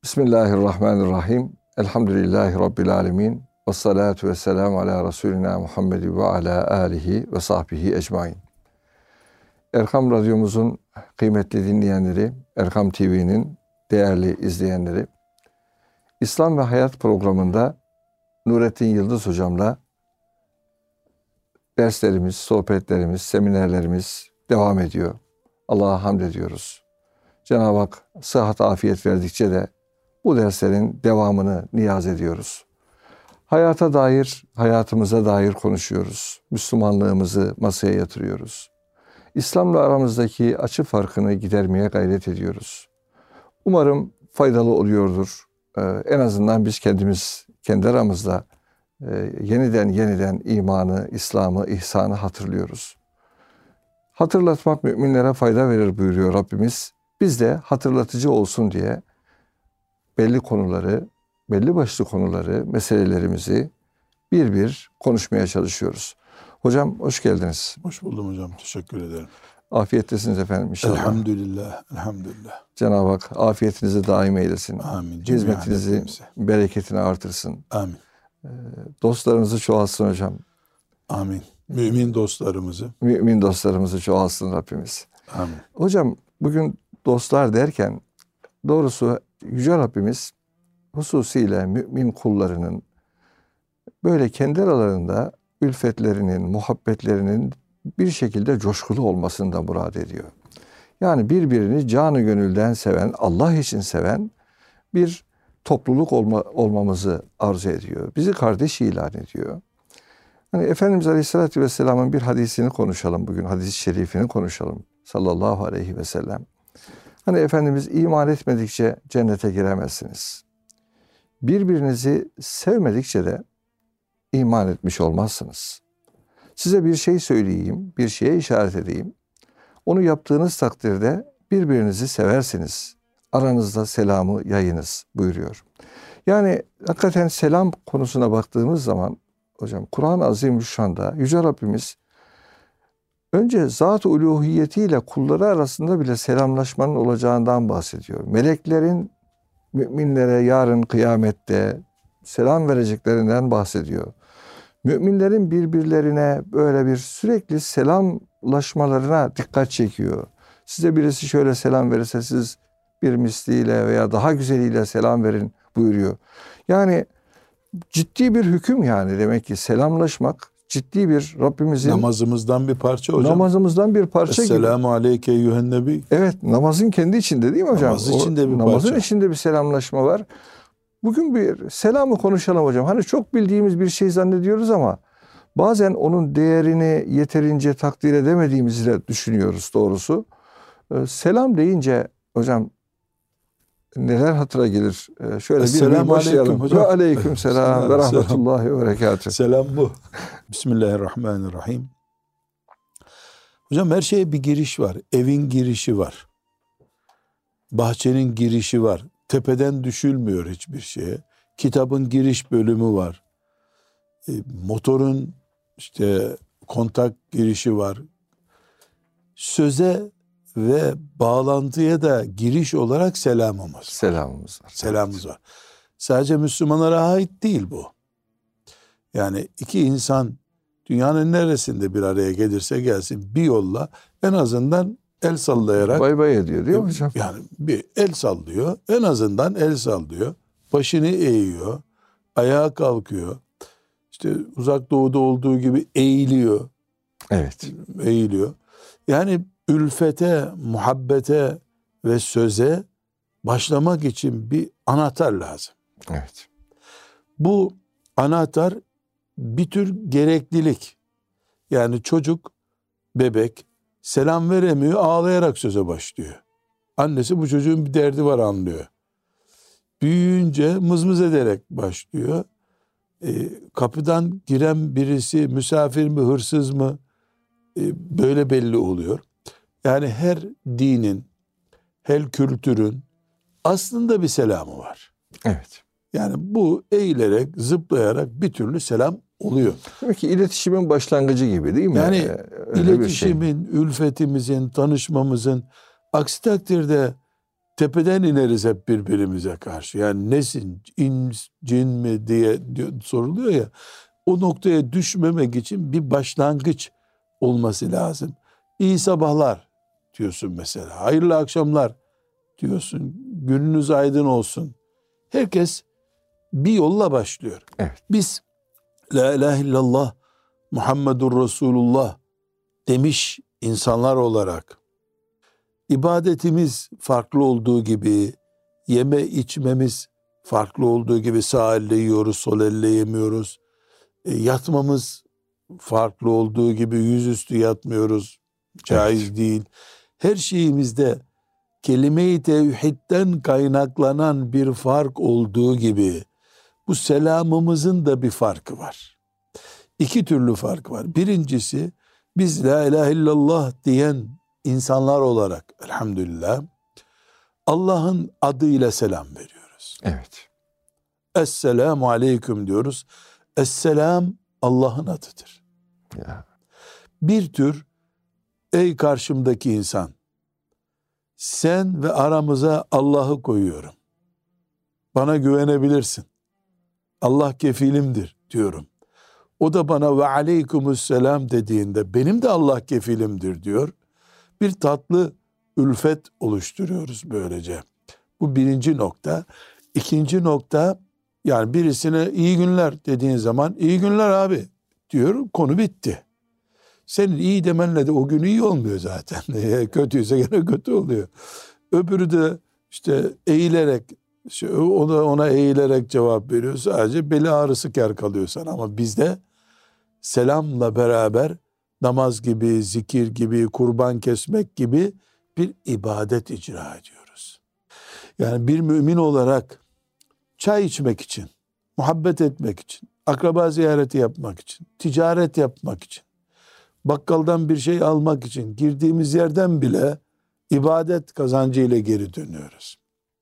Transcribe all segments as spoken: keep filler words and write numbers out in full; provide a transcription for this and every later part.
Bismillahirrahmanirrahim. Elhamdülillahi Rabbil alemin. Ve salatu ve selamu ala Resulina Muhammed ve ala alihi ve sahbihi ecmain. Erkam Radyomuzun kıymetli dinleyenleri, Erkam T V'nin değerli izleyenleri, İslam ve Hayat programında Nurettin Yıldız hocamla derslerimiz, sohbetlerimiz, seminerlerimiz devam ediyor. Allah'a hamd ediyoruz. Cenab-ı Hak sıhhat, afiyet verdikçe de bu derslerin devamını niyaz ediyoruz. Hayata dair, hayatımıza dair konuşuyoruz. Müslümanlığımızı masaya yatırıyoruz. İslam'la aramızdaki açı farkını gidermeye gayret ediyoruz. Umarım faydalı oluyordur. Ee, en azından biz kendimiz, kendi aramızda e, yeniden yeniden imanı, İslam'ı, ihsanı hatırlıyoruz. Hatırlatmak müminlere fayda verir buyuruyor Rabbimiz. Biz de hatırlatıcı olsun diye belli konuları, belli başlı konuları, meselelerimizi bir bir konuşmaya çalışıyoruz. Hocam hoş geldiniz. Hoş buldum hocam. Teşekkür ederim. Afiyettesiniz efendim inşallah. Elhamdülillah. Elhamdülillah. Cenab-ı Hak afiyetinizi daim eylesin. Amin. Hizmetinizi, bereketini artırsın. Amin. Dostlarınızı çoğalsın hocam. Amin. Mümin dostlarımızı. Mümin dostlarımızı çoğalsın Rabbimiz. Amin. Hocam bugün dostlar derken doğrusu Yüce Rabbimiz hususiyle mümin kullarının böyle kendi aralarında ülfetlerinin, muhabbetlerinin bir şekilde coşkulu olmasından murad ediyor. Yani birbirini canı gönülden seven, Allah için seven bir topluluk olma, olmamızı arzu ediyor. Bizi kardeş ilan ediyor. Hani Efendimiz Aleyhisselatü Vesselam'ın bir hadisini konuşalım bugün. Hadis-i şerifini konuşalım. Sallallahu aleyhi ve sellem. Hani Efendimiz iman etmedikçe cennete giremezsiniz. Birbirinizi sevmedikçe de iman etmiş olmazsınız. Size bir şey söyleyeyim, bir şeye işaret edeyim. Onu yaptığınız takdirde birbirinizi seversiniz. Aranızda selamı yayınız buyuruyor. Yani hakikaten selam konusuna baktığımız zaman hocam Kur'an-ı Azimüşşan'da Yüce Rabbimiz önce zat-ı uluhiyetiyle kulları arasında bile selamlaşmanın olacağından bahsediyor. Meleklerin müminlere yarın kıyamette selam vereceklerinden bahsediyor. Müminlerin birbirlerine böyle bir sürekli selamlaşmalarına dikkat çekiyor. Size birisi şöyle selam verirse siz bir misliyle veya daha güzeliyle selam verin buyuruyor. Yani ciddi bir hüküm yani demek ki selamlaşmak ciddi bir Rabbimizin namazımızdan bir parça hocam. Namazımızdan bir parça gibi. Esselamu aleyke eyyühen nebi. Evet, namazın kendi içinde değil mi hocam? Namaz içinde bir o, namazın parça. içinde bir selamlaşma var. Bugün bir selamı konuşalım hocam. Hani çok bildiğimiz bir şey zannediyoruz ama bazen onun değerini yeterince takdir edemediğimizi de düşünüyoruz doğrusu. Ee, selam deyince hocam neler hatıra gelir? Ee, şöyle bir bir başlayalım. Ve aleyküm selam ve rahmetullahi ve berekatuhu. Selam bu. Bismillahirrahmanirrahim. Hocam her şeye bir giriş var. Evin girişi var. Bahçenin girişi var. Tepeden düşülmüyor hiçbir şeye. Kitabın giriş bölümü var. E, motorun işte kontak girişi var. Söze ve bağlantıya da giriş olarak selamımız var. Selamımız var. Selamımız var. Sadece Müslümanlara ait değil bu. Yani iki insan dünyanın neresinde bir araya gelirse gelsin bir yolla en azından el sallayarak bay bay ediyor değil mi hocam? Yani bir el sallıyor. En azından el sallıyor. Başını eğiyor. Ayağa kalkıyor. İşte uzak doğuda olduğu gibi eğiliyor. Evet. Eğiliyor. Yani ülfete, muhabbete ve söze başlamak için bir anahtar lazım. Evet. Bu anahtar bir tür gereklilik. Yani çocuk, bebek selam veremiyor, ağlayarak söze başlıyor. Annesi bu çocuğun bir derdi var anlıyor. Büyüyünce mızmız ederek başlıyor. E, kapıdan giren birisi misafir mi, hırsız mı e, böyle belli oluyor. Yani her dinin, her kültürün aslında bir selamı var. Evet. Yani bu eğilerek, zıplayarak bir türlü selam oluyor. Demek ki iletişimin başlangıcı gibi değil mi? Yani Öyle iletişimin, şey. ülfetimizin, tanışmamızın, aksi takdirde tepeden ineriz hep birbirimize karşı. Yani nesin, ins, cin mi diye diyor, soruluyor ya. O noktaya düşmemek için bir başlangıç olması lazım. İyi sabahlar diyorsun mesela. Hayırlı akşamlar diyorsun. Gününüz aydın olsun. Herkes bir yolla başlıyor. Evet. Biz La ilahe illallah Muhammedur Resulullah demiş insanlar olarak ibadetimiz farklı olduğu gibi, yeme içmemiz farklı olduğu gibi, sağ elle yiyoruz, sol elle yemiyoruz. E, yatmamız farklı olduğu gibi yüzüstü yatmıyoruz. Caiz Evet. değil. Her şeyimizde kelime-i tevhidden kaynaklanan bir fark olduğu gibi bu selamımızın da bir farkı var. İki türlü fark var. Birincisi, biz la ilahe illallah diyen insanlar olarak elhamdülillah Allah'ın adıyla selam veriyoruz. Evet. Esselamu aleyküm diyoruz. Esselam Allah'ın adıdır. Ya. Bir tür ey karşımdaki insan, sen ve aramıza Allah'ı koyuyorum. Bana güvenebilirsin. Allah kefilimdir diyorum. O da bana ve aleykümüsselam dediğinde benim de Allah kefilimdir diyor. Bir tatlı ülfet oluşturuyoruz böylece. Bu birinci nokta. İkinci nokta, yani birisine iyi günler dediğin zaman iyi günler abi diyor, konu bitti. Senin iyi demenle de o gün iyi olmuyor zaten. Kötüyse gene kötü oluyor. Öbürü de işte eğilerek, o da ona eğilerek cevap veriyor. Sadece beli ağrısı kâr kalıyor sana. Ama bizde selamla beraber namaz gibi, zikir gibi, kurban kesmek gibi bir ibadet icra ediyoruz. Yani bir mümin olarak çay içmek için, muhabbet etmek için, akraba ziyareti yapmak için, ticaret yapmak için, bakkaldan bir şey almak için girdiğimiz yerden bile ibadet kazancı ile geri dönüyoruz.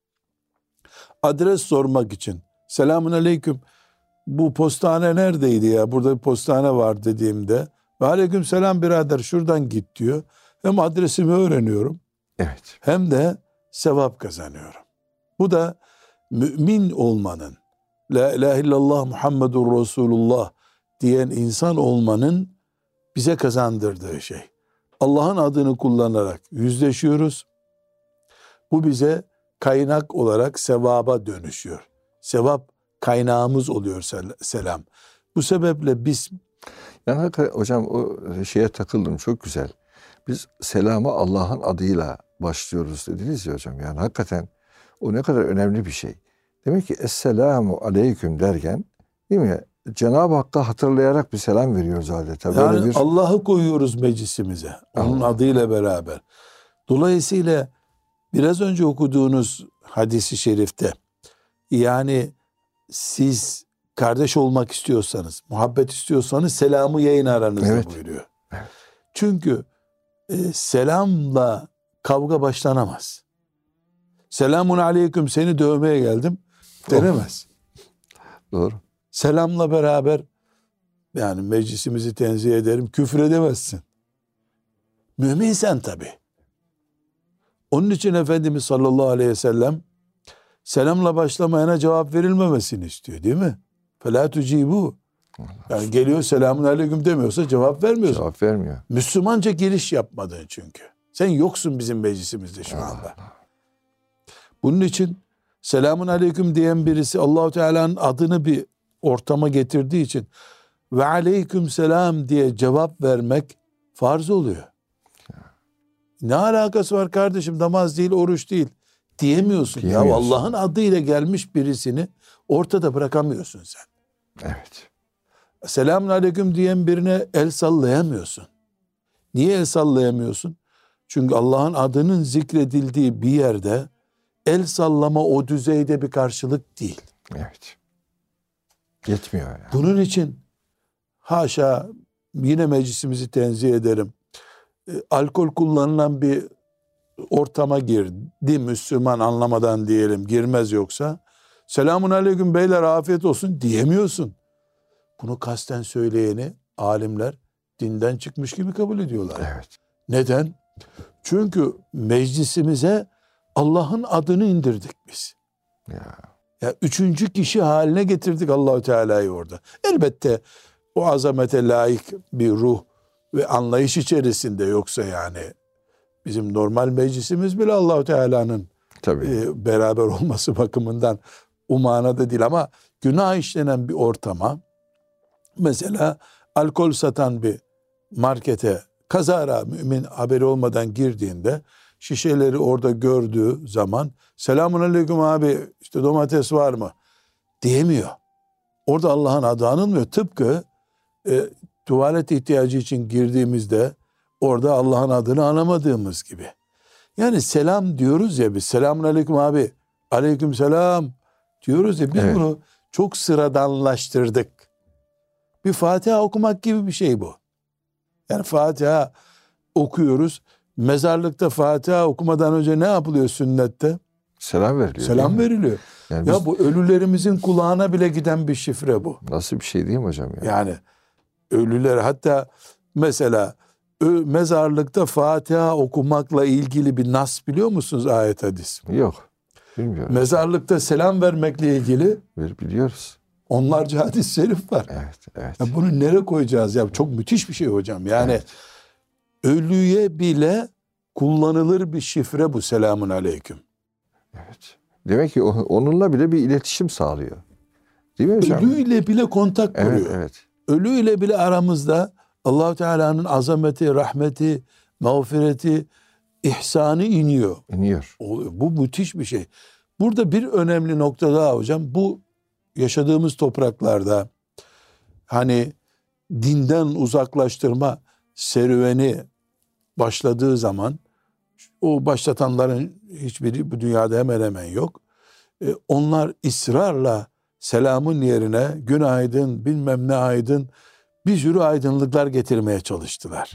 Adres sormak için, selamun aleyküm, bu postane neredeydi ya, burada bir postane var dediğimde, ve aleyküm selam birader şuradan git diyor. Hem adresimi öğreniyorum, Evet. hem de sevap kazanıyorum. Bu da mümin olmanın, la ilahe illallah Muhammedur Resulullah diyen insan olmanın bize kazandırdığı şey. Allah'ın adını kullanarak yüzleşiyoruz. Bu bize kaynak olarak sevaba dönüşüyor. Sevap kaynağımız oluyor selam. Bu sebeple biz... Yani hakikaten hocam o şeye takıldım, çok güzel. Biz selama Allah'ın adıyla başlıyoruz dediniz ya hocam. Yani hakikaten o ne kadar önemli bir şey. Demek ki Esselamu Aleyküm derken, değil mi? Cenab-ı Hakk'a hatırlayarak bir selam veriyoruz adeta. Böyle Yani bir... Allah'ı koyuyoruz meclisimize. Onun Allah. adıyla beraber. Dolayısıyla biraz önce okuduğunuz hadisi şerifte, yani siz kardeş olmak istiyorsanız, muhabbet istiyorsanız selamı yayın aranızda Evet. buyuruyor. Evet. Çünkü e, selamla kavga başlanamaz. Selamun aleyküm, seni dövmeye geldim denemez. Doğru. Selamla beraber, yani meclisimizi tenzih ederim, küfür edemezsin. Müminsen tabii. Onun için Efendimiz sallallahu aleyhi ve sellem selamla başlamayana cevap verilmemesini istiyor, değil mi? فَلَا تُجِيبُوا. Yani geliyor selamun aleyküm demiyorsa cevap vermiyorsun. Cevap vermiyor. Müslümanca giriş yapmadın çünkü. Sen yoksun bizim meclisimizde şu anda. Bunun için selamun aleyküm diyen birisi Allahu Teala'nın adını bir ortama getirdiği için ve aleyküm selam diye cevap vermek farz oluyor. Ne alakası var kardeşim, namaz değil, oruç değil diyemiyorsun. Ya Allah'ın adıyla gelmiş birisini ortada bırakamıyorsun sen. Evet. Selamun aleyküm diyen birine el sallayamıyorsun. Niye el sallayamıyorsun? Çünkü Allah'ın adının zikredildiği bir yerde el sallama o düzeyde bir karşılık değil. Evet. Yetmiyor yani. Bunun için haşa, yine meclisimizi tenzih ederim, E, alkol kullanılan bir ortama girdi Müslüman anlamadan diyelim, girmez yoksa selamun aleyküm beyler afiyet olsun diyemiyorsun. Bunu kasten söyleyeni alimler dinden çıkmış gibi kabul ediyorlar. Evet. Neden? Çünkü meclisimize Allah'ın adını indirdik biz. Ya. Ya üçüncü kişi haline getirdik Allahu Teala'yı orada. Elbette o azamete layık bir ruh ve anlayış içerisinde, yoksa yani bizim normal meclisimiz bile Allahu Teala'nın Tabii. e, beraber olması bakımından o manada değil, ama günah işlenen bir ortama, mesela alkol satan bir markete kazara mümin haberi olmadan girdiğinde şişeleri orada gördüğü zaman selamun aleyküm abi, işte domates var mı diyemiyor. Orada Allah'ın adı anılmıyor. Tıpkı e, tuvalet ihtiyacı için girdiğimizde orada Allah'ın adını anamadığımız gibi. Yani selam diyoruz ya biz, selamun aleyküm abi, aleyküm selam diyoruz ya, biz Evet. bunu çok sıradanlaştırdık. Bir Fatiha okumak gibi bir şey bu. Yani Fatiha okuyoruz. Mezarlıkta Fatiha okumadan önce ne yapılıyor sünnette? Selam veriliyor. Selam değil mi? veriliyor. Yani Ya biz- bu ölülerimizin kulağına bile giden bir şifre bu. nasıl bir şey değil mi hocam? Ya? Yani ölüler, hatta mesela ö- mezarlıkta Fatiha okumakla ilgili bir nas biliyor musunuz, ayet hadis? Yok. Bilmiyorum. Mezarlıkta selam vermekle ilgili Bil- Biliyoruz. onlarca hadis-i şerif var. Evet. Evet. Ya bunu nereye koyacağız ya? Çok müthiş bir şey hocam. Yani Evet. ölüye bile kullanılır bir şifre bu selamun aleyküm. Evet. Demek ki o- onunla bile bir iletişim sağlıyor. Değil mi hocam? Ölüyle bile kontak Evet, kuruyor. evet. Ölüyle bile aramızda Allah-u Teala'nın azameti, rahmeti, mağfireti, ihsanı iniyor. İniyor. O- Bu müthiş bir şey. Burada bir önemli nokta daha hocam. Bu yaşadığımız topraklarda hani dinden uzaklaştırma serüveni başladığı zaman, o başlatanların hiçbiri bu dünyada hemen hemen yok. E, onlar ısrarla selamın yerine günaydın, bilmem ne aydın, bir sürü aydınlıklar getirmeye çalıştılar.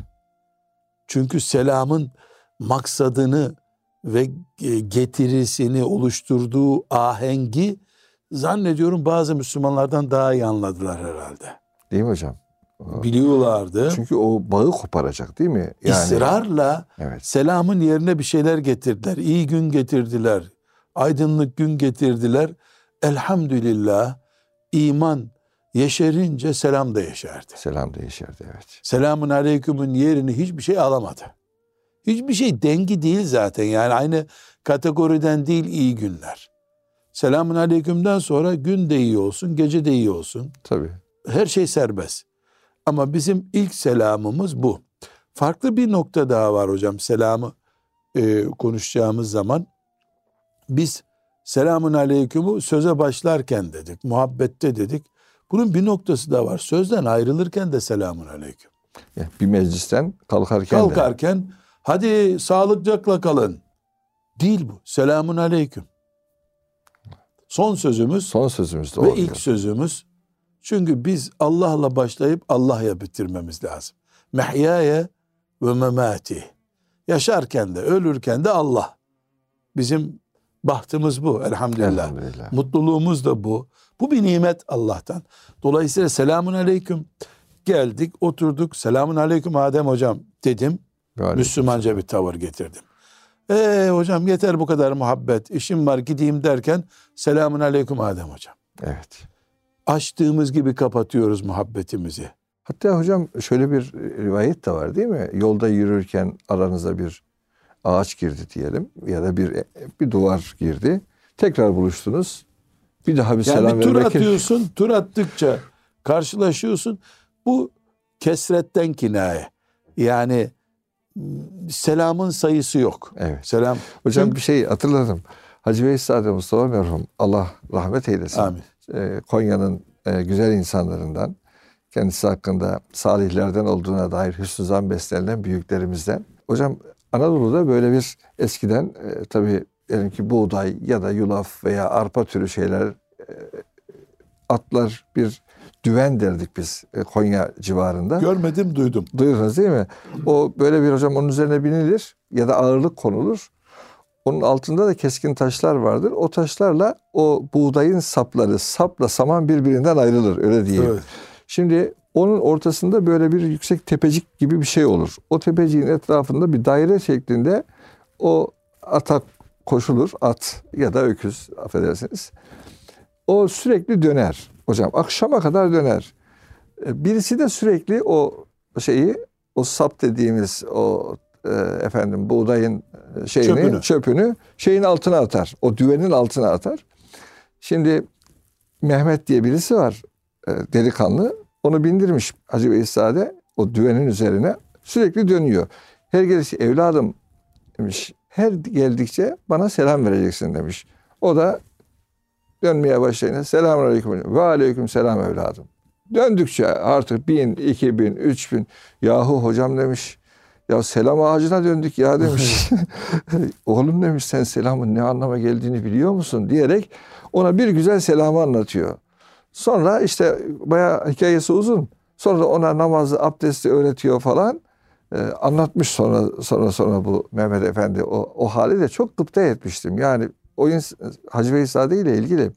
Çünkü selamın maksadını ve e, getirisini oluşturduğu ahengi zannediyorum bazı Müslümanlardan daha iyi anladılar herhalde. Değil mi hocam? O- Biliyorlardı. Çünkü o bağı koparacak değil mi? Yani, İsrarla evet. selamın yerine bir şeyler getirdiler. İyi gün getirdiler. Aydınlık gün getirdiler. Elhamdülillah iman yeşerince selam da yeşerdi. Selam değişirdi, evet. Selamun aleykümün yerini hiçbir şey alamadı. Hiçbir şey dengi değil zaten. Yani aynı kategoriden değil iyi günler. Selamun aleykümden sonra gün de iyi olsun, gece de iyi olsun. Tabii. Her şey serbest. Ama bizim ilk selamımız bu. Farklı bir nokta daha var hocam. Selamı e, konuşacağımız zaman biz selamun aleykümü söze başlarken dedik, muhabbette dedik. Bunun bir noktası da var. Sözden ayrılırken de selamun aleyküm. Yani bir meclisten kalkarken de. Kalkarken hadi sağlıcakla kalın. Değil bu. Selamun aleyküm. Son sözümüz Son sözümüz de ve oluyor. ilk sözümüz. Çünkü biz Allah'la başlayıp Allah'ya bitirmemiz lazım. Mehyaya ve memati. Yaşarken de ölürken de Allah. Bizim bahtımız bu elhamdülillah. Elhamdülillah. Mutluluğumuz da bu. Bu bir nimet Allah'tan. Dolayısıyla selamun aleyküm. Geldik, oturduk. Selamun aleyküm Adem hocam dedim. Galiba. Müslümanca bir tavır getirdim. Eee hocam yeter bu kadar muhabbet. İşim var gideyim derken selamun aleyküm Adem hocam. Evet. Açtığımız gibi kapatıyoruz muhabbetimizi. Hatta hocam şöyle bir rivayet de var değil mi? Yolda yürürken aranıza bir ağaç girdi diyelim ya da bir bir duvar girdi. Tekrar buluştunuz. Bir daha bir Yani selam bir tur vermek. atıyorsun, tur attıkça karşılaşıyorsun. Bu kesretten kinaye. Yani selamın sayısı yok. Evet. Selam. Hocam Çünkü- bir şey hatırladım. Hacı Veysade Mustafa merhum Allah rahmet eylesin. Amin. Ee, Konya'nın e, güzel insanlarından, kendisi hakkında salihlerden olduğuna dair hüsnü zan beslenen büyüklerimizden. Hocam Anadolu'da böyle bir eskiden e, tabii diyelim ki buğday ya da yulaf veya arpa türü şeyler e, atlar bir düven derdik biz e, Konya civarında. Görmedim, duydum. Duyuyorsunuz değil mi? O böyle bir hocam onun üzerine binilir ya da ağırlık konulur. Onun altında da keskin taşlar vardır. O taşlarla o buğdayın sapları, sapla saman birbirinden ayrılır öyle diyeyim. Evet. Şimdi onun ortasında böyle bir yüksek tepecik gibi bir şey olur. O tepeciğin etrafında bir daire şeklinde o ata koşulur at ya da öküz, affedersiniz. O sürekli döner hocam. Akşama kadar döner. Birisi de sürekli o şeyi, o sap dediğimiz o e, efendim buğdayın şeyini, çöpünü. çöpünü şeyin altına atar. O düvenin altına atar. Şimdi Mehmet diye birisi var. E, delikanlı. Onu bindirmiş Hacı Veysade o düvenin üzerine. Sürekli dönüyor. Her gelişi evladım demiş. Her geldikçe bana selam vereceksin demiş. O da dönmeye başlayınca selamun aleyküm ve aleyküm selam evladım. Döndükçe artık bin, iki bin, üç bin. Yahu hocam demiş. Ya selam ağacına döndük ya demiş. Oğlum demiş sen selamın ne anlama geldiğini biliyor musun diyerek ona bir güzel selamı anlatıyor. Sonra işte bayağı hikayesi uzun. Sonra ona namazı, abdesti öğretiyor falan. Ee, anlatmış sonra sonra sonra bu Mehmet Efendi o, o hali de çok gıpta etmiştim. Yani o Hacı Veysade ile ilgili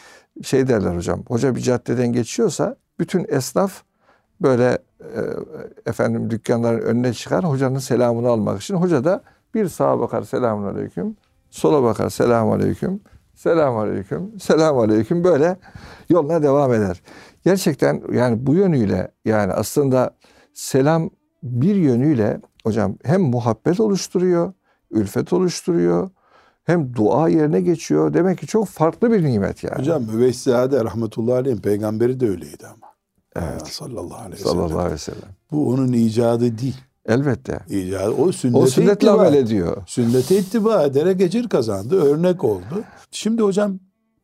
şey derler hocam. Hoca bir caddeden geçiyorsa bütün esnaf böyle e, efendim dükkanların önüne çıkar hocanın selamını almak için. Hoca da bir sağa bakar selamun aleyküm, sola bakar selamun aleyküm, selamun aleyküm, selamun aleyküm böyle yoluna devam eder. Gerçekten yani bu yönüyle yani aslında selam bir yönüyle hocam hem muhabbet oluşturuyor, ülfet oluşturuyor, hem dua yerine geçiyor. Demek ki çok farklı bir nimet yani. Hocam Müveysade rahmetullahi aleyh peygamberi de öyleydi ama. Evet. Sallallahu aleyhi ve sellem. Sallallahu aleyhi ve sellem. Bu onun icadı değil. Elbette. İcadı. O sünnete o sünnetle ittiba, amel ediyor. Sünnete ittiba ederek ecir kazandı. Örnek oldu. Şimdi hocam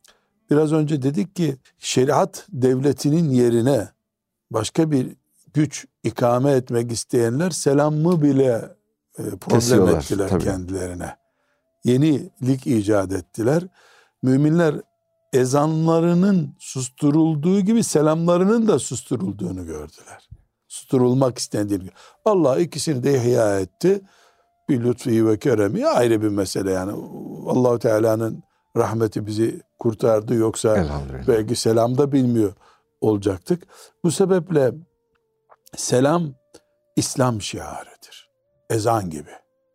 biraz önce dedik ki şeriat devletinin yerine başka bir güç ikame etmek isteyenler selamı bile e, problem Kesiyorlar, ettiler tabii. kendilerine. Yenilik icat ettiler. Müminler ezanlarının susturulduğu gibi selamlarının da susturulduğunu gördüler. Susturulmak istendiğini. Allah ikisini de ihya etti. Bir lütfi ve keremi ayrı bir mesele yani. Allah-u Teala'nın rahmeti bizi kurtardı yoksa belki selam da bilmiyor olacaktık. Bu sebeple selam İslam şiarıdır. Ezan gibi.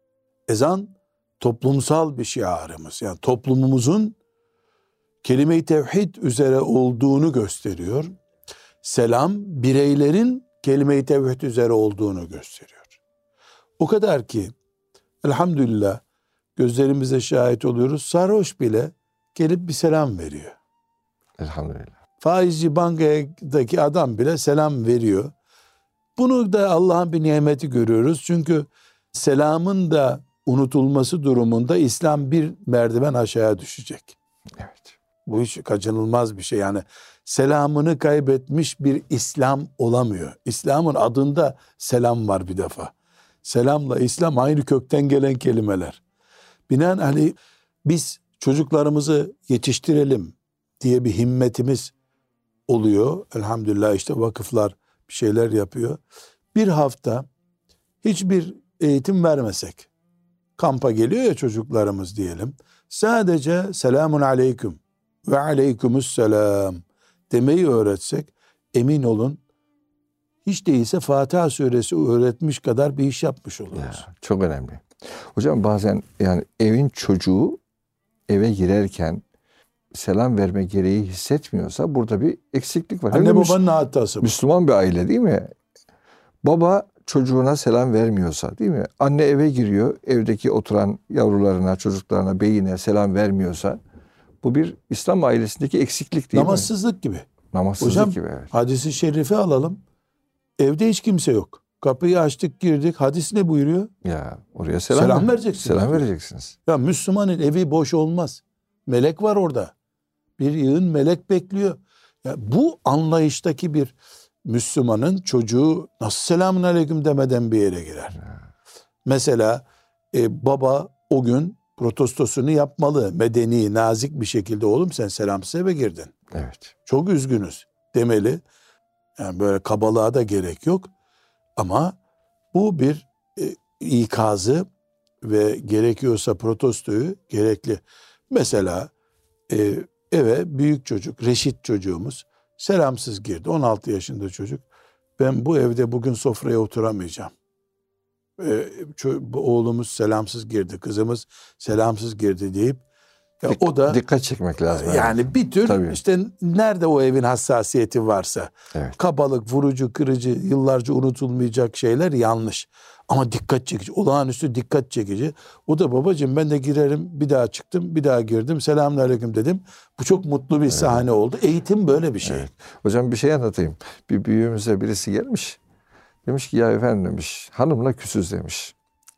Ezan toplumsal bir şiarımız. Yani toplumumuzun kelime-i tevhid üzere olduğunu gösteriyor. Selam bireylerin kelime-i tevhid üzere olduğunu gösteriyor. O kadar ki elhamdülillah gözlerimize şahit oluyoruz. Sarhoş bile gelip bir selam veriyor. Elhamdülillah. Faizci bankadaki adam bile selam veriyor. Bunu da Allah'ın bir nimeti görüyoruz. Çünkü selamın da unutulması durumunda İslam bir merdiven aşağıya düşecek. Evet. Bu hiç kaçınılmaz bir şey. Yani selamını kaybetmiş bir İslam olamıyor. İslam'ın adında selam var bir defa. Selamla İslam aynı kökten gelen kelimeler. Binaenaleyh biz çocuklarımızı yetiştirelim diye bir himmetimiz oluyor. Elhamdülillah işte vakıflar bir şeyler yapıyor. Bir hafta hiçbir eğitim vermesek, kampa geliyor ya çocuklarımız diyelim. Sadece selamun aleyküm ve aleykümüsselam demeyi öğretsek emin olun hiç değilse Fatiha suresi öğretmiş kadar bir iş yapmış oluruz. Ya, çok önemli. Hocam bazen yani evin çocuğu eve girerken selam verme gereği hissetmiyorsa burada bir eksiklik var. Anne babanın hatası bu. Müslüman bir aile değil mi? Baba çocuğuna selam vermiyorsa değil mi? Anne eve giriyor, evdeki oturan yavrularına, çocuklarına, beyine selam vermiyorsa bu bir İslam ailesindeki eksiklik değil Namazsızlık mi? gibi. Namazsızlık Hocam, gibi. Evet. Hadis-i şerifi alalım. Evde hiç kimse yok. Kapıyı açtık girdik. Hadis ne buyuruyor? Ya oraya selam, selam vereceksiniz. Selam vereceksiniz. Ya Müslümanın evi boş olmaz. Melek var orada. Bir yığın melek bekliyor. Ya bu anlayıştaki bir Müslümanın çocuğu nasıl selamun aleyküm demeden bir yere girer? Ya. Mesela e, baba o gün protestosunu yapmalı. Medeni, nazik bir şekilde oğlum sen selamsız eve girdin. Evet. Çok üzgünüz demeli. Yani böyle kabalığa da gerek yok. Ama bu bir e, ikazı ve gerekiyorsa protestoyu gerekli. Mesela e, eve büyük çocuk, reşit çocuğumuz selamsız girdi. on altı yaşında çocuk. Ben bu evde bugün sofraya oturamayacağım. e, oğlumuz selamsız girdi, kızımız selamsız girdi deyip ya Dik, o da dikkat çekmek lazım. yani evet. bir tür Tabii. işte nerede o evin hassasiyeti varsa Evet. kabalık, vurucu, kırıcı, yıllarca unutulmayacak şeyler yanlış. Ama dikkat çekici, olağanüstü dikkat çekici. O da babacığım ben de girerim, bir daha çıktım, bir daha girdim, selamünaleyküm dedim. Bu çok mutlu bir evet. sahne oldu. Eğitim böyle bir şey. Evet. Hocam bir şey anlatayım. Bir büyüğümüze birisi gelmiş. Demiş ki ya efendim demiş, hanımla küsüz demiş.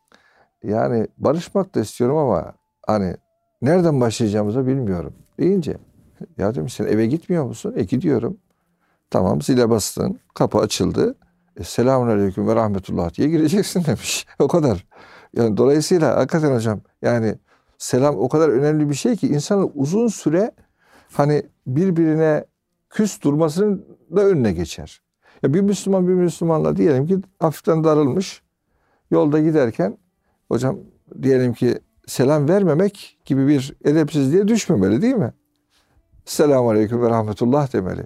Yani barışmak da istiyorum ama hani nereden başlayacağımızı bilmiyorum deyince ya demiş sen eve gitmiyor musun? E gidiyorum. Tamam zile bastın. Kapı açıldı. E, Selamünaleyküm ve rahmetullah diye gireceksin demiş. O kadar. Yani dolayısıyla hakikaten hocam yani selam o kadar önemli bir şey ki insanın uzun süre hani birbirine küs durmasının da önüne geçer. Ya bir Müslüman bir Müslümanla diyelim ki hafiften darılmış. Yolda giderken hocam diyelim ki selam vermemek gibi bir edepsizliğe düşmemeli değil mi? Selamünaleyküm ve rahmetullah demeli.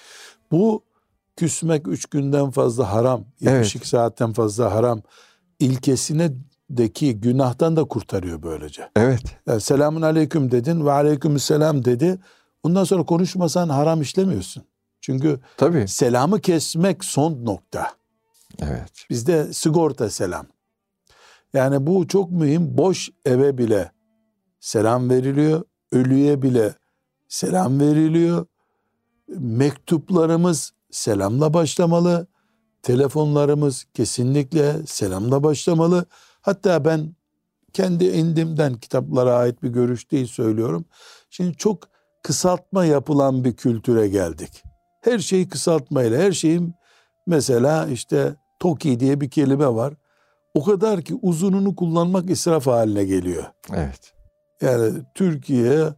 Bu küsmek üç günden fazla haram, yetmiş iki evet. saatten fazla haram ilkesine deki günahtan da kurtarıyor böylece. Evet. Yani selamun aleyküm dedin ve aleykümselam dedi. Ondan sonra konuşmasan haram işlemiyorsun. Çünkü tabii. Selamı kesmek son nokta. Evet. Bizde sigorta selam. Yani bu çok mühim. Boş eve bile selam veriliyor. Ölüye bile selam veriliyor. Mektuplarımız selamla başlamalı. Telefonlarımız kesinlikle selamla başlamalı. Hatta ben kendi indimden kitaplara ait bir görüş değil söylüyorum. Şimdi çok kısaltma yapılan bir kültüre geldik. Her şeyi kısaltmayla, her şeyin mesela işte TOKİ diye bir kelime var. O kadar ki uzununu kullanmak israf haline geliyor. Evet. Yani Türkiye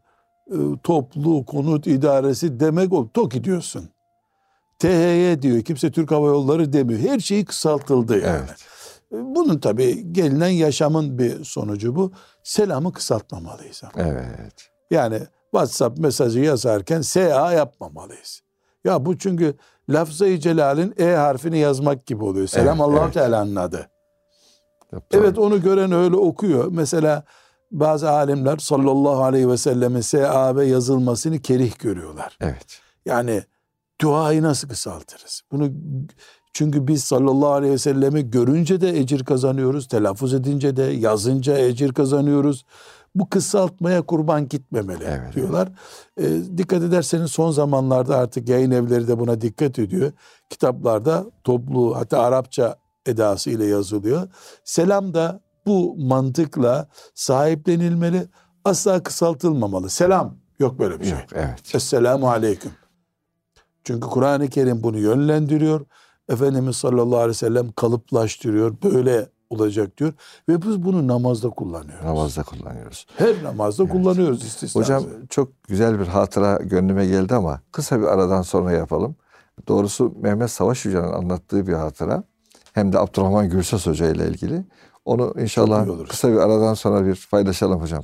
Toplu Konut İdaresi demek o. TOKİ diyorsun. T H Y diyor. Kimse Türk Hava Yolları demiyor. Her şeyi kısaltıldı yani. Evet. Bunun tabii gelinen yaşamın bir sonucu bu. Selamı kısaltmamalıyız. Ama. Evet. Yani WhatsApp mesajı yazarken S A yapmamalıyız. Ya bu çünkü lafz-ı celalin E harfini yazmak gibi oluyor. Selam evet, Allah-u evet. Teala'nın adı. Tabii. Evet onu gören öyle okuyor. Mesela bazı alimler sallallahu aleyhi ve sellemin S A B yazılmasını kerih görüyorlar. Evet. Yani duayı nasıl kısaltırız? Bunu çünkü biz sallallahu aleyhi ve sellemi görünce de ecir kazanıyoruz. Telaffuz edince de, yazınca ecir kazanıyoruz. Bu kısaltmaya kurban gitmemeli evet, diyorlar. Evet. E, dikkat ederseniz son zamanlarda artık yayın evleri de buna dikkat ediyor. Kitaplarda toplu hatta Arapça edası ile yazılıyor. Selam da bu mantıkla sahiplenilmeli. Asla kısaltılmamalı. Selam yok böyle bir şey. Yok, evet. Esselamu aleyküm. Çünkü Kur'an-ı Kerim bunu yönlendiriyor. Efendimiz sallallahu aleyhi ve sellem kalıplaştırıyor. Böyle olacak diyor. Ve biz bunu namazda kullanıyoruz. Namazda kullanıyoruz. Her namazda evet. kullanıyoruz istisnası. Hocam çok güzel bir hatıra gönlüme geldi ama kısa bir aradan sonra yapalım. Doğrusu Mehmet Savaş Hoca'nın anlattığı bir hatıra. Hem de Abdurrahman Gürses Hoca ile ilgili. Onu inşallah kısa bir aradan sonra bir paylaşalım hocam.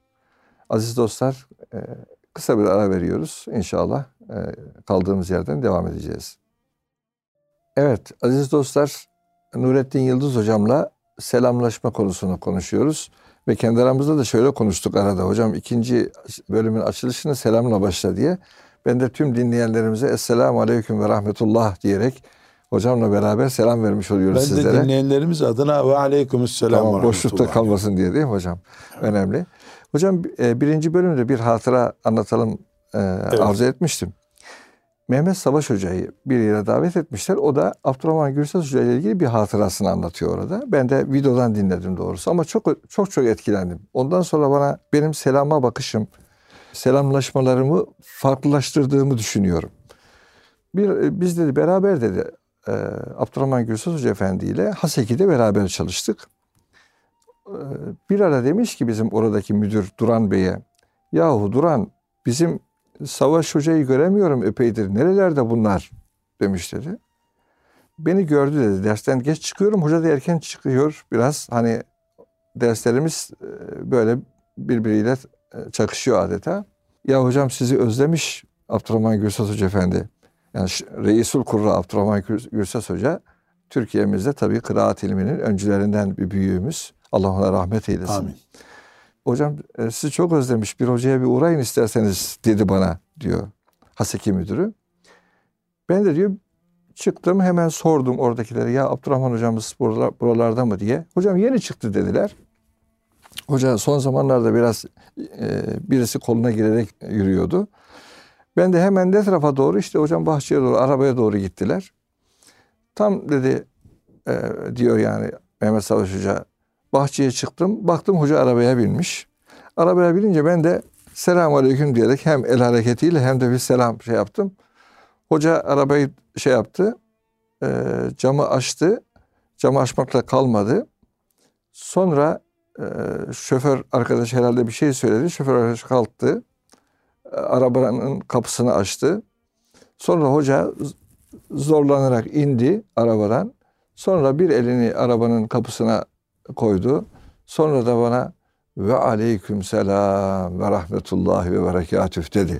Aziz dostlar, kısa bir ara veriyoruz. İnşallah kaldığımız yerden devam edeceğiz. Evet aziz dostlar, Nurettin Yıldız hocamla selamlaşma konusunu konuşuyoruz. Ve kendi aramızda da şöyle konuştuk arada. Hocam ikinci bölümün açılışını selamla başla diye. Ben de tüm dinleyenlerimize Esselamu Aleyküm ve Rahmetullah diyerek hocamla beraber selam vermiş oluyoruz ben sizlere. Ben de dinleyenlerimiz adına ve Aleykümselam tamam, boşlukta kalmasın diye değil mi hocam? Evet. Önemli. Hocam birinci bölümde bir hatıra anlatalım evet. arzu etmiştim. Mehmet Savaş Hoca'yı bir yere davet etmişler. O da Abdurrahman Gürses Hoca ile ilgili bir hatırasını anlatıyor orada. Ben de videodan dinledim doğrusu ama çok çok çok etkilendim. Ondan sonra bana benim selama bakışım, selamlaşmalarımı farklılaştırdığımı düşünüyorum. Bir, biz dedi beraber dedi e, Abdurrahman Gürses Hoca Efendi ile Haseki'de beraber çalıştık. E, bir ara demiş ki bizim oradaki müdür Duran Bey'e, yahu Duran bizim Savaş Hoca'yı göremiyorum epeydir. Nerelerde bunlar demiş dedi. Beni gördü dedi. Dersten geç çıkıyorum. Hoca da erken çıkıyor. Biraz hani derslerimiz böyle birbiriyle çakışıyor adeta. Ya hocam sizi özlemiş Abdurrahman Gürses Hoca Efendi. Yani Reisul Kurra Abdurrahman Gürses Hoca Türkiye'mizde tabii kıraat ilminin öncülerinden bir büyüğümüz. Allah ona rahmet eylesin. Amin. Hocam e, sizi çok özlemiş, bir hocaya bir uğrayın isterseniz dedi bana diyor Haseki müdürü. Ben de diyor çıktım, hemen sordum oradakilere, ya Abdurrahman hocamız buralar, buralarda mı diye. Hocam yeni çıktı dediler. Hoca son zamanlarda biraz e, birisi koluna girerek yürüyordu. Ben de hemen ne tarafa doğru, işte hocam bahçeye doğru, arabaya doğru gittiler. Tam dedi e, diyor yani Mehmet Savaş Hoca, bahçeye çıktım, baktım hoca arabaya binmiş. Arabaya binince ben de selamun aleyküm diyerek hem el hareketiyle hem de bir selam şey yaptım. Hoca arabayı şey yaptı, e, camı açtı. Camı açmakla kalmadı. Sonra e, şoför arkadaş herhalde bir şey söyledi. Şoför arkadaş kalktı. E, arabanın kapısını açtı. Sonra hoca zorlanarak indi arabadan. Sonra bir elini arabanın kapısına koydu. Sonra da bana ve aleyküm selam ve rahmetullahi ve berekatüh dedi.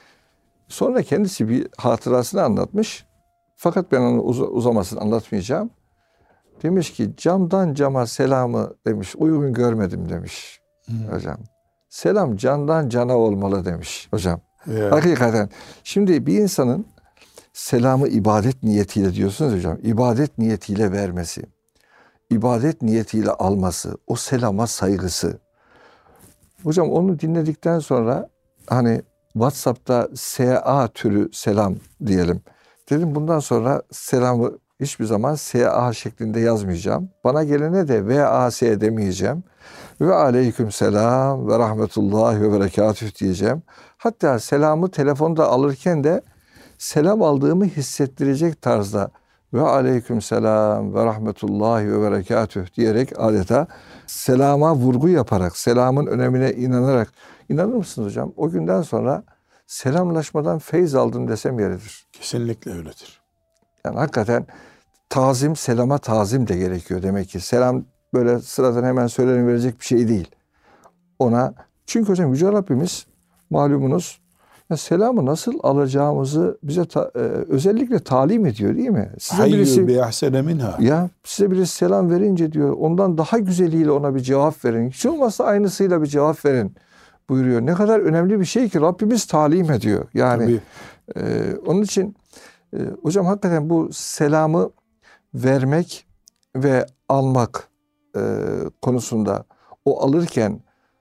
Sonra kendisi bir hatırasını anlatmış. Fakat ben onu uz- uzamasını anlatmayacağım. Demiş ki camdan cama selamı demiş uygun görmedim demiş hmm. hocam. Selam candan cana olmalı demiş hocam. Yeah. Hakikaten. Şimdi bir insanın selamı ibadet niyetiyle diyorsunuz hocam. İbadet niyetiyle vermesi, ibadet niyetiyle alması, o selama saygısı. Hocam onu dinledikten sonra hani WhatsApp'ta S A türü selam diyelim. Dedim bundan sonra selamı hiçbir zaman S A şeklinde yazmayacağım. Bana gelene de V A S demeyeceğim. Ve aleyküm selam ve rahmetullahi ve berekatüh diyeceğim. Hatta selamı telefonda alırken de selam aldığımı hissettirecek tarzda ve aleyküm selam ve rahmetullahi ve berekatüh diyerek adeta selama vurgu yaparak, selamın önemine inanarak, inanır mısınız hocam? O günden sonra selamlaşmadan feyz aldım desem yeridir. Kesinlikle öyledir. Yani hakikaten tazim, selama tazim de gerekiyor demek ki. Selam böyle sıradan hemen söylenebilecek bir şey değil. Ona, çünkü hocam Yüce Rabbimiz malumunuz ya selamı nasıl alacağımızı bize ta, e, özellikle talim ediyor değil mi? Size birisi bi ahsene minha. Ya size birisi selam verince diyor ondan daha güzeliyle ona bir cevap verin. Hiç olmazsa aynısıyla bir cevap verin buyuruyor. Ne kadar önemli bir şey ki Rabbimiz talim ediyor. Yani e, onun için e, hocam hakikaten bu selamı vermek ve almak e, konusunda o alırken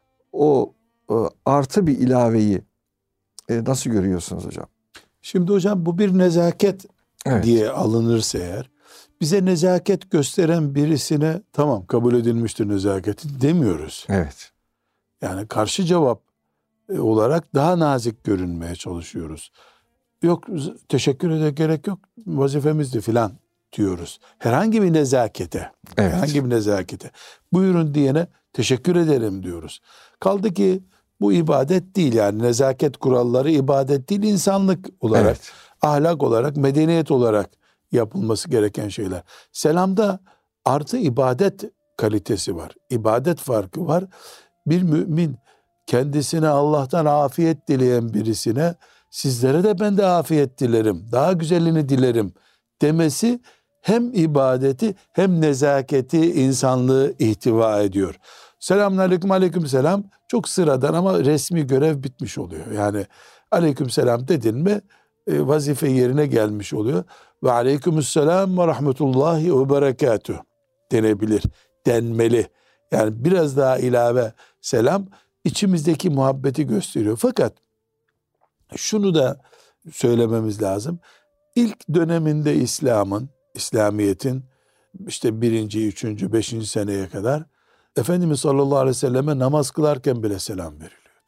o e, artı bir ilaveyi e, nasıl görüyorsunuz hocam? Şimdi hocam bu bir nezaket evet. diye alınırsa eğer, bize nezaket gösteren birisine tamam kabul edilmiştir nezaketi demiyoruz. Evet. Yani karşı cevap olarak daha nazik görünmeye çalışıyoruz. Yok teşekkür ede gerek yok vazifemizdi filan diyoruz. Herhangi bir nezakete, evet. herhangi bir nezakete buyurun diyene teşekkür ederim diyoruz. Kaldı ki bu ibadet değil, yani nezaket kuralları ibadet değil, insanlık olarak, evet. ahlak olarak, medeniyet olarak yapılması gereken şeyler. Selamda artı ibadet kalitesi var. İbadet farkı var. Bir mümin kendisine Allah'tan afiyet dileyen birisine sizlere de ben de afiyet dilerim, daha güzelini dilerim demesi hem ibadeti hem nezaketi, insanlığı ihtiva ediyor. Selamünaleyküm, aleykümselam çok sıradan ama resmi görev bitmiş oluyor. Yani aleykümselam dedin mi e, vazife yerine gelmiş oluyor. Ve aleykümselam ve rahmetullahi ve berekatuh denebilir, denmeli. Yani biraz daha ilave selam içimizdeki muhabbeti gösteriyor. Fakat şunu da söylememiz lazım. İlk döneminde İslam'ın, İslamiyet'in işte birinci, üçüncü, beşinci seneye kadar Efendimiz sallallahu aleyhi ve selleme namaz kılarken bile selam veriliyordu.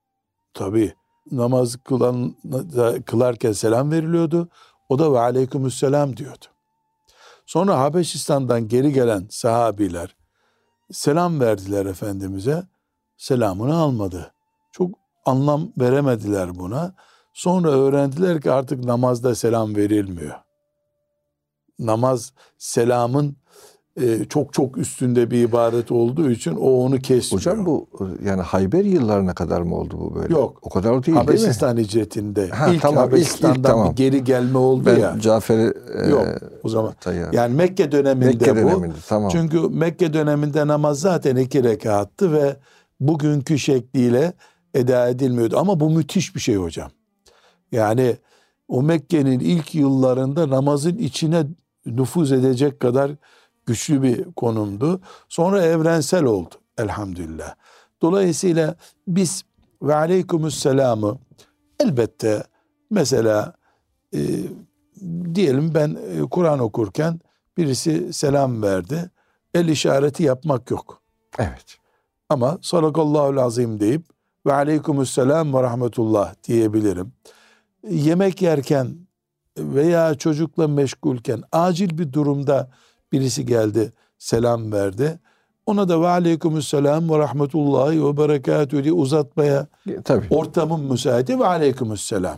Tabii namaz kılan, kılarken selam veriliyordu. O da ve aleykümselam diyordu. Sonra Habeşistan'dan geri gelen sahabiler selam verdiler Efendimiz'e. Selamını almadı. Çok anlam veremediler buna. Sonra öğrendiler ki artık namazda selam verilmiyor. Namaz selamın e, çok çok üstünde bir ibadet olduğu için o onu kesmiyor. Hocam bu yani Hayber yıllarına kadar mı oldu bu böyle? Yok. O kadar değil değil mi? Habeşistan hicretinde. Ha, ilk tamam, Habeşistan'dan ilk, ilk, tamam. bir geri gelme oldu ben ya. Cafer'i e, Yok o zaman. Tayyar. Yani Mekke döneminde Mekke bu. döneminde, tamam. Çünkü Mekke döneminde namaz zaten iki rekattı ve bugünkü şekliyle eda edilmiyordu. Ama bu müthiş bir şey hocam. Yani o Mekke'nin ilk yıllarında namazın içine nüfuz edecek kadar güçlü bir konumdu. Sonra evrensel oldu elhamdülillah. Dolayısıyla biz ve aleykümüsselamı elbette mesela e, diyelim ben e, Kur'an okurken birisi selam verdi. El işareti yapmak yok. Evet. Ama sadakallahul azim deyip ve aleykümüsselam ve rahmetullah diyebilirim. Yemek yerken veya çocukla meşgulken acil bir durumda birisi geldi selam verdi. Ona da ve aleykümüsselam ve rahmetullahi ve berekatü diye uzatmaya Tabii. ortamın müsaiti ve aleykümüsselam.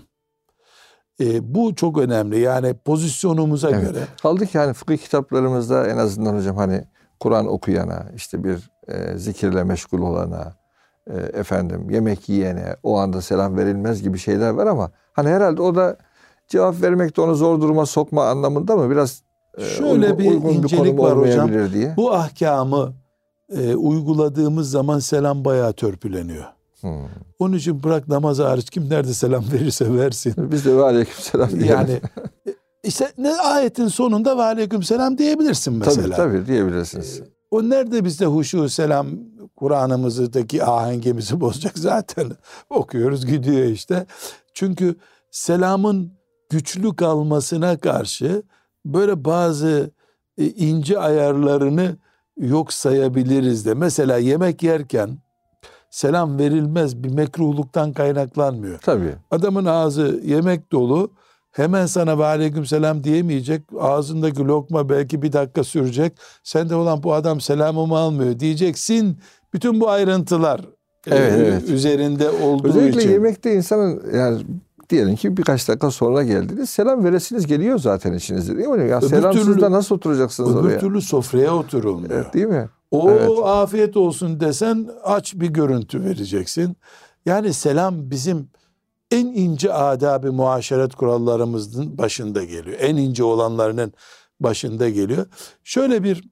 E, bu çok önemli. Yani pozisyonumuza Evet. göre. Kaldı ki hani fıkıh kitaplarımızda en azından hocam hani Kur'an okuyana, işte bir e, zikirle meşgul olana, e, efendim yemek yiyene o anda selam verilmez gibi şeyler var ama hani herhalde o da cevap vermekte onu zor duruma sokma anlamında mı? Biraz e, Şöyle uygun, bir uygun incelik bir konum var hocam. olmayabilir diye. Bu ahkamı e, uyguladığımız zaman selam bayağı törpüleniyor. Hmm. Onun için bırak namaz hariç kim nerede selam verirse versin. Biz de ve aleykümselam diyelim. Yani işte ne ayetin sonunda ve aleykümselam diyebilirsin mesela. Tabii tabii diyebilirsiniz. O nerede bizde huşu selam Kur'an'ımızdaki ahengimizi bozacak zaten okuyoruz gidiyor işte. Çünkü selamın güçlü kalmasına karşı böyle bazı e, ince ayarlarını yok sayabiliriz de. Mesela yemek yerken selam verilmez bir mekruhluktan kaynaklanmıyor. Tabii. Adamın ağzı yemek dolu. Hemen sana ve aleykümselam diyemeyecek. Ağzındaki lokma belki bir dakika sürecek. Sen de olan bu adam selamımı almıyor diyeceksin. Bütün bu ayrıntılar Evet, e, evet. üzerinde olduğu Özellikle için. yemekte insanın yani diyelim ki birkaç dakika sonra geldiniz. Selam veresiniz geliyor zaten içinizde değil mi? Ya Öbür selamsız türlü- da nasıl oturacaksınız Öbür oraya? türlü sofraya oturulmuyor. Evet, değil mi? O Evet. afiyet olsun desen aç bir görüntü vereceksin. Yani selam bizim en ince adab-ı muaşeret kurallarımızın başında geliyor. En ince olanlarının başında geliyor. Şöyle bir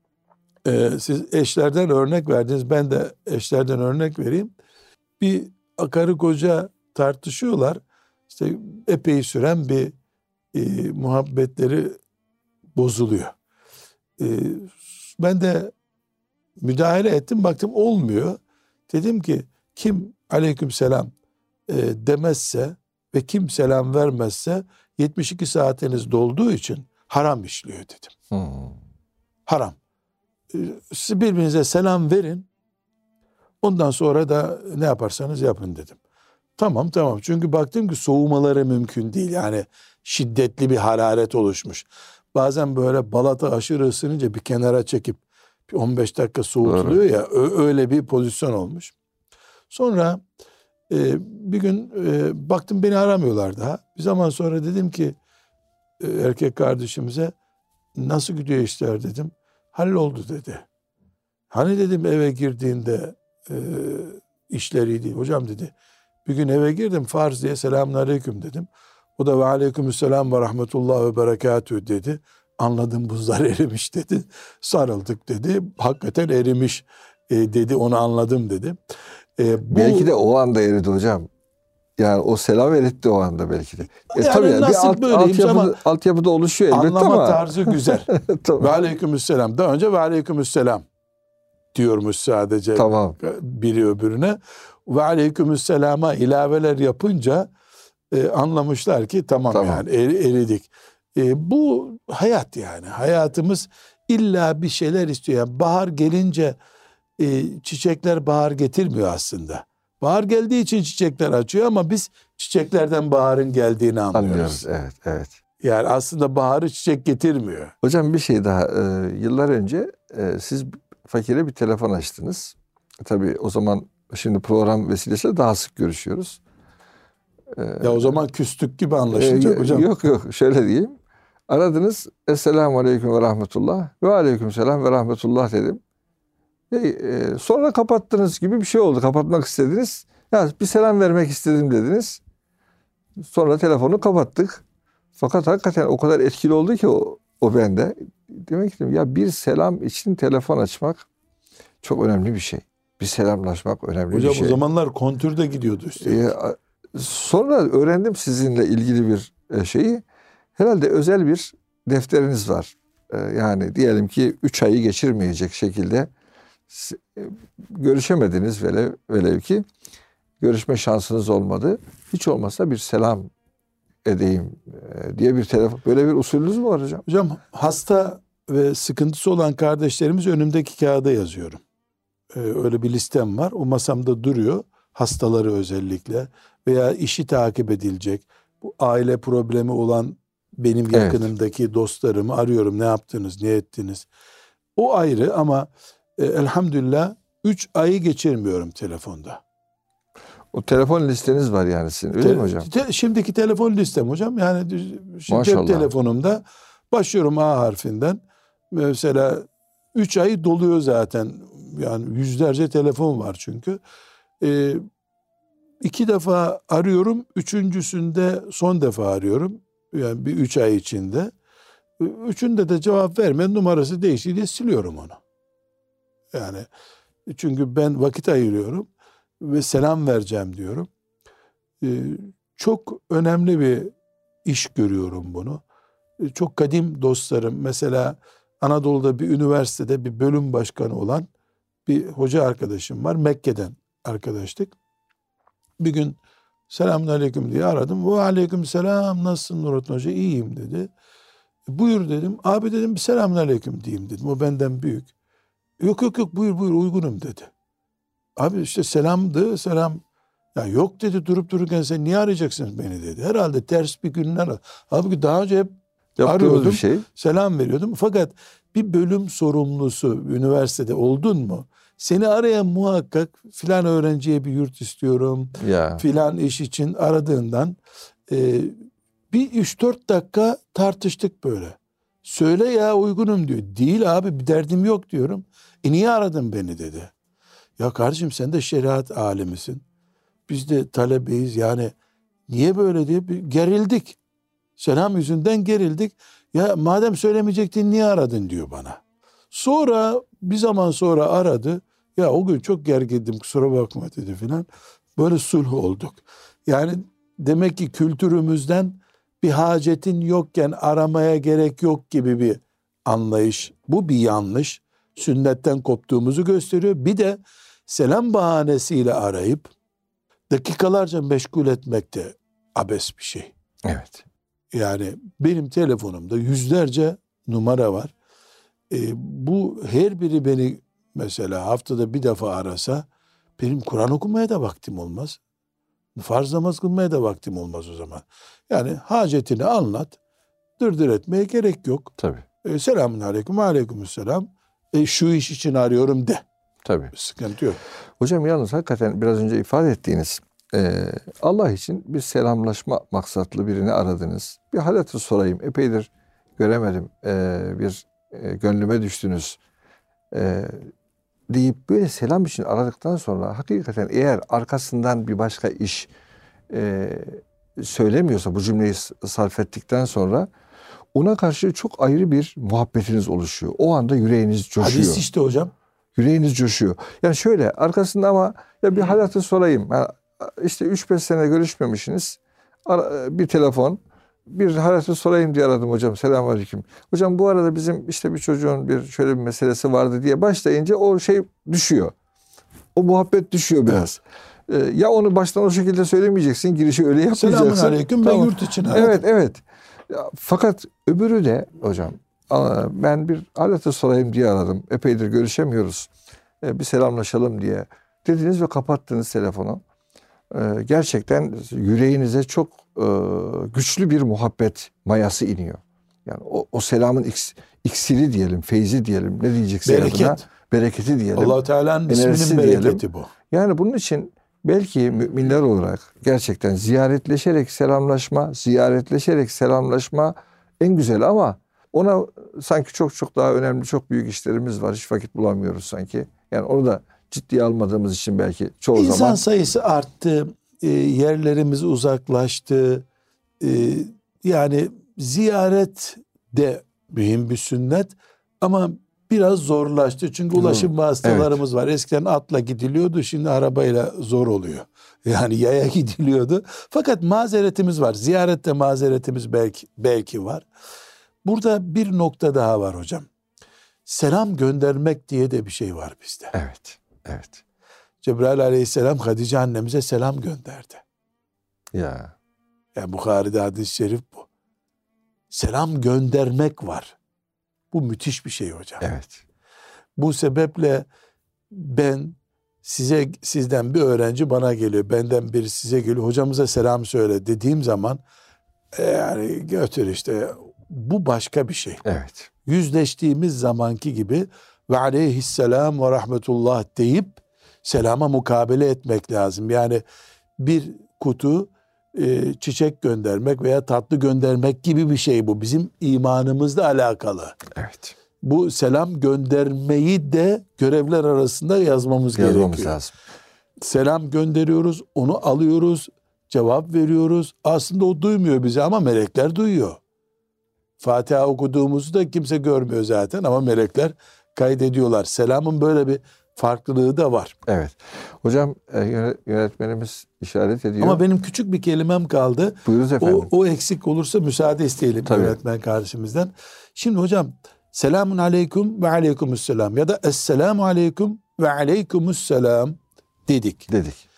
e, siz eşlerden örnek verdiniz. Ben de eşlerden örnek vereyim. Bir karı koca tartışıyorlar. İşte epey süren bir e, muhabbetleri bozuluyor. E, ben de müdahale ettim. Baktım olmuyor. Dedim ki kim aleykümselam e, demezse ve kim selam vermezse yetmiş iki saatiniz dolduğu için haram işliyor dedim. Hmm. Haram. E, siz birbirinize selam verin. Ondan sonra da ne yaparsanız yapın dedim. Tamam tamam. Çünkü baktım ki soğumaları mümkün değil. Yani şiddetli bir hararet oluşmuş. Bazen böyle balata aşırı ısınınca bir kenara çekip bir on beş dakika soğutuluyor Doğru. ya ö- öyle bir pozisyon olmuş. Sonra e, bir gün e, baktım beni aramıyorlar daha. Bir zaman sonra dedim ki e, erkek kardeşimize nasıl gidiyor işler dedim. Halloldu dedi. Hani dedim eve girdiğinde e, işler iyi değil. Hocam dedi bir gün eve girdim farz diye selamun aleyküm dedim. O da ve aleykümselam ve rahmetullah ve berekatü dedi. Anladım buzlar erimiş dedi. Sarıldık dedi. Hakikaten erimiş e, dedi onu anladım dedi. E, bu, Belki de o anda eridi hocam. Yani o selam eritti o anda belki de. E, Yani tabii yani bir nasip alt, böyleymiş altyapıda, ama altyapıda oluşuyor elbette anlama ama. tarzı güzel. Tamam. Ve aleykümselam. Daha önce ve aleykümselam diyormuş sadece Tamam. biri öbürüne. Ve aleykümselama ilaveler yapınca e, anlamışlar ki tamam, Tamam. yani er- eridik. E, bu hayat yani. Hayatımız illa bir şeyler istiyor. Yani bahar gelince e, çiçekler bahar getirmiyor aslında. Bahar geldiği için çiçekler açıyor ama biz çiçeklerden baharın geldiğini anlıyoruz. Anlıyoruz. Evet, evet. Yani aslında baharı çiçek getirmiyor. Hocam bir şey daha. Ee, yıllar önce e, siz fakire bir telefon açtınız. Tabii o zaman şimdi program vesilesiyle daha sık görüşüyoruz. Ee, Ya o zaman küstük gibi anlaşılacak e, hocam. Yok yok şöyle diyeyim. Aradınız. Esselamu aleyküm ve rahmetullah. Ve aleyküm selam ve rahmetullah dedim. E, e, sonra kapattınız gibi bir şey oldu. Kapatmak istediniz. Ya bir selam vermek istedim dediniz. Sonra telefonu kapattık. Fakat hakikaten o kadar etkili oldu ki o, o bende. Demek ki ya bir selam için telefon açmak çok önemli bir şey. Bir selamlaşmak önemli Hocam bir şey. o zamanlar kontürde gidiyordu üstelik. Ee, sonra öğrendim sizinle ilgili bir şeyi. Herhalde özel bir defteriniz var. Ee, yani diyelim ki üç ayı geçirmeyecek şekilde görüşemediniz velev, velev ki görüşme şansınız olmadı. Hiç olmazsa bir selam edeyim diye bir telefon. Böyle bir usulünüz mü var hocam? Hocam hasta ve sıkıntısı olan kardeşlerimiz önümdeki kağıda yazıyorum. Ee, öyle bir listem var. O masamda duruyor. Hastaları özellikle veya işi takip edilecek. Bu aile problemi olan benim yakınımdaki evet. dostlarımı arıyorum. Ne yaptınız, ne ettiniz? O ayrı ama e, elhamdülillah üç ayı geçirmiyorum telefonda. O telefon listeniz var yani sizin öyle te, mi hocam? Te, şimdiki telefon listem hocam. Yani cep telefonumda başlıyorum A harfinden. Mesela üç ay doluyor zaten. Yani yüzlerce telefon var çünkü. Ee, iki defa arıyorum. Üçüncüsünde son defa arıyorum. Yani bir üç ay içinde. Üçünde de cevap vermeyen numarası değişti diye siliyorum onu. Yani çünkü ben vakit ayırıyorum ve selam vereceğim diyorum. Ee, çok önemli bir iş görüyorum bunu. Ee, çok kadim dostlarım. Mesela Anadolu'da bir üniversitede bir bölüm başkanı olan bir hoca arkadaşım var. Mekke'den arkadaştık. Bir gün selamünaleyküm diye aradım. Ve aleykümselam, nasılsın Nurattin Hoca? İyiyim dedi. Buyur dedim. Abi dedim bir selamünaleyküm diyeyim dedim. O benden büyük. Yok yok yok buyur buyur uygunum dedi. Abi işte selamdı selam. Ya yok dedi, durup dururken sen niye arayacaksınız beni dedi. Herhalde ters bir günler. Halbuki daha önce hep yaptığımız arıyordum. Bir şey. Selam veriyordum. Fakat bir bölüm sorumlusu üniversitede oldun mu? Seni arayan muhakkak filan öğrenciye bir yurt istiyorum. Ya. Filan iş için aradığından e, bir üç dört dakika tartıştık böyle. Söyle ya uygunum diyor. Değil abi bir derdim yok diyorum. E niye aradın beni dedi. Ya kardeşim sen de şeriat alimisin. Biz de talebeyiz yani niye böyle diye bir gerildik. Selam yüzünden gerildik. Ya madem söylemeyecektin niye aradın diyor bana. Sonra bir zaman sonra aradı. Ya o gün çok gergindim kusura bakma dedi filan. Böyle sulh olduk. Yani demek ki kültürümüzden bir hacetin yokken aramaya gerek yok gibi bir anlayış. Bu bir yanlış. Sünnetten koptuğumuzu gösteriyor. Bir de selam bahanesiyle arayıp dakikalarca meşgul etmek de abes bir şey. Evet. Yani benim telefonumda yüzlerce numara var. E, bu her biri beni mesela haftada bir defa arasa benim Kur'an okumaya da vaktim olmaz. Farz namaz kılmaya da vaktim olmaz o zaman. Yani hacetini anlat. Dırdır etmeye gerek yok. Tabii. E, selamun aleyküm, aleykümselam. E, şu iş için arıyorum de. Tabii. Sıkıntı yok. Hocam yalnız hakikaten biraz önce ifade ettiğiniz e, Allah için bir selamlaşma maksatlı birini aradınız. Bir haleti sorayım. Epeydir göremedim. E, bir e, gönlüme düştünüz. E, deyip böyle selam için aradıktan sonra hakikaten eğer arkasından bir başka iş e, söylemiyorsa bu cümleyi sarf ettikten sonra ona karşı çok ayrı bir muhabbetiniz oluşuyor. O anda yüreğiniz coşuyor. Hadis işte hocam. Yüreğiniz coşuyor. Yani şöyle arkasında ama ya bir hayatı sorayım. Yani işte üç beş sene görüşmemişsiniz. Bir telefon. Bir hayatı sorayım diye aradım hocam. Selamünaleyküm. Hocam bu arada bizim işte bir çocuğun bir şöyle bir meselesi vardı diye başlayınca o şey düşüyor. O muhabbet düşüyor biraz. Ee, ya onu baştan o şekilde söylemeyeceksin. Girişi öyle yapmayacaksın. Selamünaleyküm ben tamam. Yurt için aradım. Evet evet. Ya, fakat öbürü de hocam ben bir hayatı sorayım diye aradım. Epeydir görüşemiyoruz. Ee, bir selamlaşalım diye dediniz ve kapattınız telefonu. Ee, gerçekten yüreğinize çok e, güçlü bir muhabbet mayası iniyor. Yani o, o selamın iks, iksiri diyelim, feyzi diyelim. Ne diyeceksin Bereket. adına? Bereketi diyelim. Allah Teala'nın isminin bereketi diyelim. Bu. Yani bunun için belki müminler olarak gerçekten ziyaretleşerek selamlaşma, ziyaretleşerek selamlaşma en güzeli ama ona sanki çok çok daha önemli, çok büyük işlerimiz var. Hiç vakit bulamıyoruz sanki. Yani onu da ciddiye almadığımız için belki çoğu İnsan zaman. sayısı arttı, e, yerlerimiz uzaklaştı. E, yani ziyaret de mühim bir sünnet ama biraz zorlaştı. Çünkü ulaşım vasıtalarımız evet. var. Eskiden atla gidiliyordu, şimdi arabayla zor oluyor. Yani yaya gidiliyordu. Fakat mazeretimiz var. Ziyarette mazeretimiz belki belki var. Burada bir nokta daha var hocam. Selam göndermek diye de bir şey var bizde. Evet, evet. Cebrail aleyhisselam Hatice annemize selam gönderdi. Ya. Yani Bukhari'de hadis-i şerif bu. Selam göndermek var. Bu müthiş bir şey hocam. Evet. Bu sebeple ben size sizden bir öğrenci bana geliyor, benden biri size geliyor, hocamıza selam söyle dediğim zaman e, yani götür işte, bu başka bir şey. Evet. Yüzleştiğimiz zamanki gibi ve aleyhisselam ve rahmetullah deyip selama mukabele etmek lazım. Yani bir kutu e, çiçek göndermek veya tatlı göndermek gibi bir şey bu. Bizim imanımızla alakalı. Evet. Bu selam göndermeyi de görevler arasında yazmamız, yazmamız gerekiyor. lazım. Selam gönderiyoruz, onu alıyoruz, cevap veriyoruz. Aslında o duymuyor bizi ama melekler duyuyor. Fatiha okuduğumuzu da kimse görmüyor zaten ama melekler kaydediyorlar. Selamın böyle bir farklılığı da var. Evet. Hocam yönetmenimiz işaret ediyor. Ama benim küçük bir kelimem kaldı. Buyurunuz efendim. O, o eksik olursa müsaade isteyelim Tabii. yönetmen kardeşimizden. Şimdi hocam selamun aleyküm ve aleykümüsselam ya da esselamu aleyküm ve aleykümüsselam dedik. Dedik.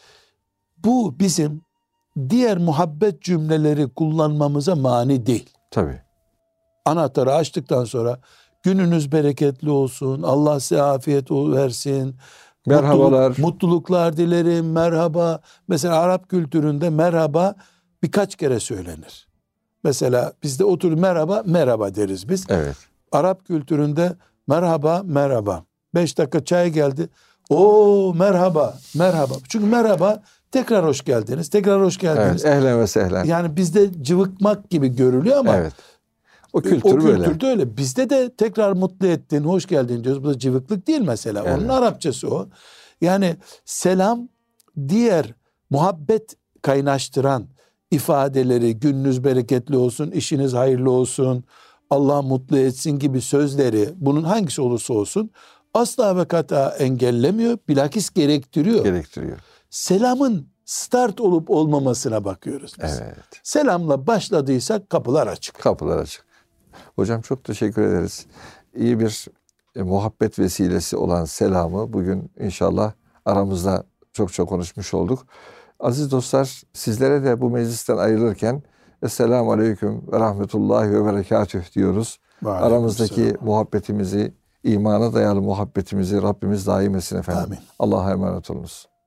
Bu bizim diğer muhabbet cümleleri kullanmamıza mani değil. Tabii. Anahtarı açtıktan sonra gününüz bereketli olsun, Allah size afiyet versin, merhabalar, mutluluk, mutluluklar dilerim, merhaba. Mesela Arap kültüründe merhaba birkaç kere söylenir. Mesela bizde otur merhaba, merhaba deriz biz. Evet. Arap kültüründe merhaba, merhaba. Beş dakika çay geldi. Oo merhaba, merhaba. Çünkü merhaba tekrar hoş geldiniz, tekrar hoş geldiniz. Evet, ehlen ve sehlen. Yani bizde cıvıkmak gibi görülüyor ama evet. O kültür o böyle. kültürde öyle. Bizde de tekrar mutlu ettin, hoş geldin diyoruz. Bu da cıvıklık değil mesela. Evet. Onun Arapçası o. Yani selam diğer muhabbet kaynaştıran ifadeleri, gününüz bereketli olsun, işiniz hayırlı olsun, Allah mutlu etsin gibi sözleri, bunun hangisi olursa olsun asla ve kata engellemiyor, bilakis gerektiriyor. Gerektiriyor. Selamın start olup olmamasına bakıyoruz biz. Evet. Selamla başladıysak kapılar açık. Kapılar açık. Hocam çok teşekkür ederiz. İyi bir e, muhabbet vesilesi olan selamı bugün inşallah aramızda çok çok konuşmuş olduk. Aziz dostlar, sizlere de bu meclisten ayrılırken Esselamu Aleyküm ve Rahmetullahi ve Berekatüh diyoruz. Aramızdaki muhabbetimizi, imana dayalı muhabbetimizi Rabbimiz daim etsin efendim. Amin. Allah'a emanet olunuz.